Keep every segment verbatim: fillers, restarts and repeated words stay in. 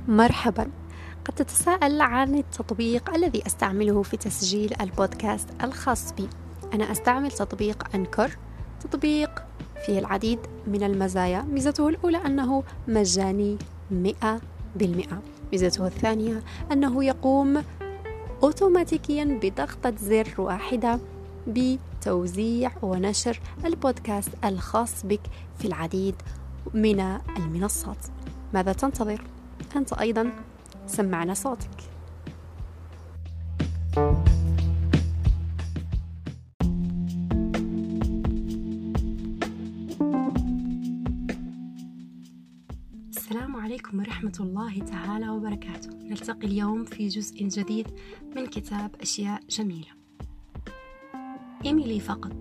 مرحبا. قد تتساءل عن التطبيق الذي أستعمله في تسجيل البودكاست الخاص بي. أنا أستعمل تطبيق أنكر، تطبيق فيه العديد من المزايا. ميزته الأولى أنه مجاني مئة بالمئة. ميزته الثانية أنه يقوم أوتوماتيكيا بضغطة زر واحدة بتوزيع ونشر البودكاست الخاص بك في العديد من المنصات. ماذا تنتظر؟ أنت أيضا سمعنا صوتك. السلام عليكم ورحمة الله تعالى وبركاته. نلتقي اليوم في جزء جديد من كتاب أشياء جميلة. إيميلي فقط.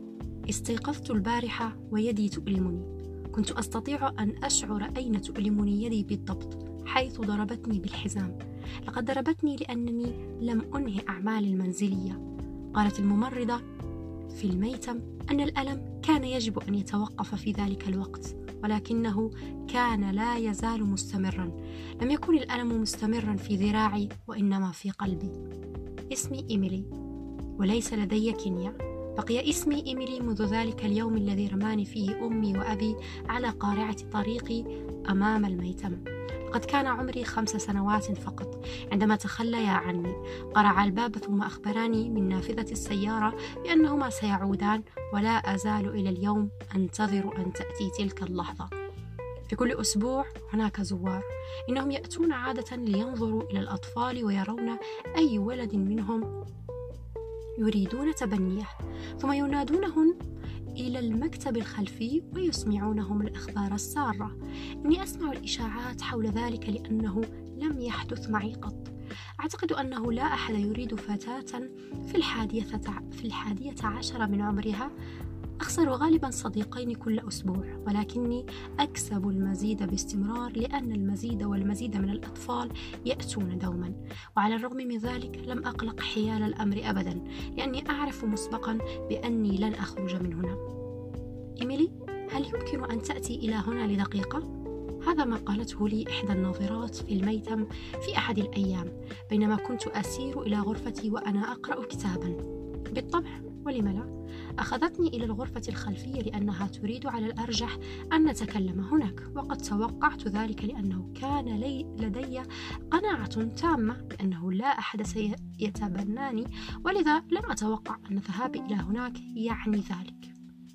استيقظت البارحة ويدي تؤلمني. كنت أستطيع أن أشعر أين تؤلمني يدي بالضبط، حيث ضربتني بالحزام. لقد ضربتني لأنني لم أنهي أعمالي المنزلية. قالت الممرضة في الميتم أن الألم كان يجب أن يتوقف في ذلك الوقت، ولكنه كان لا يزال مستمرا. لم يكن الألم مستمرا في ذراعي، وإنما في قلبي. اسمي إيميلي وليس لدي كينيا. بقي اسمي إيميلي منذ ذلك اليوم الذي رماني فيه أمي وأبي على قارعة طريقي أمام الميتم. قد كان عمري خمس سنوات فقط عندما تخليا عني. قرع الباب ثم أخبراني من نافذة السيارة بأنهما سيعودان، ولا أزال إلى اليوم أنتظر أن تأتي تلك اللحظة. في كل أسبوع هناك زوار، إنهم يأتون عادة لينظروا إلى الأطفال ويرون أي ولد منهم يريدون تبنيه، ثم ينادونهم إلى المكتب الخلفي ويسمعونهم الأخبار السارة. إني أسمع الإشاعات حول ذلك لأنه لم يحدث معي قط. أعتقد أنه لا أحد يريد فتاة في الحادية في الحادية عشرة من عمرها. أخسر غالبا صديقين كل أسبوع، ولكني أكسب المزيد باستمرار، لأن المزيد والمزيد من الأطفال يأتون دوما. وعلى الرغم من ذلك لم أقلق حيال الأمر أبدا، لأني أعرف مسبقا بأني لن أخرج من هنا. إيميلي، هل يمكن أن تأتي إلى هنا لدقيقة؟ هذا ما قالته لي إحدى الناظرات في الميتم في أحد الأيام، بينما كنت أسير إلى غرفتي وأنا أقرأ كتابا. بالطبع، ولم لا؟ أخذتني إلى الغرفة الخلفية لأنها تريد على الأرجح أن نتكلم هناك، وقد توقعت ذلك لأنه كان لي لدي قناعة تامة بأنه لا أحد سيتبناني، ولذا لم أتوقع أن ذهابي إلى هناك يعني ذلك.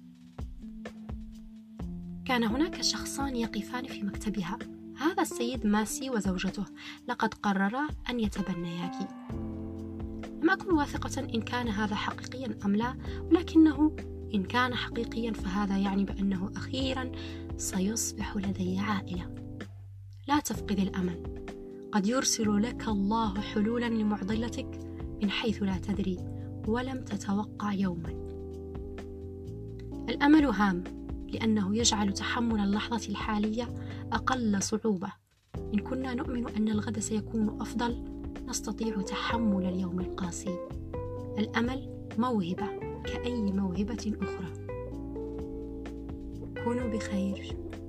كان هناك شخصان يقفان في مكتبها. هذا السيد ماسي وزوجته لقد قررا أن يتبنياك. لم أكن واثقة إن كان هذا حقيقيا أم لا، ولكنه إن كان حقيقيا فهذا يعني بأنه أخيرا سيصبح لدي عائلة. لا تفقد الأمل، قد يرسل لك الله حلولا لمعضلتك من حيث لا تدري ولم تتوقع يوما. الأمل هام، لأنه يجعل تحمل اللحظة الحالية أقل صعوبة. إن كنا نؤمن أن الغد سيكون أفضل، نستطيع تحمل اليوم القاسي. الأمل موهبة كأي موهبة أخرى. كونوا بخير.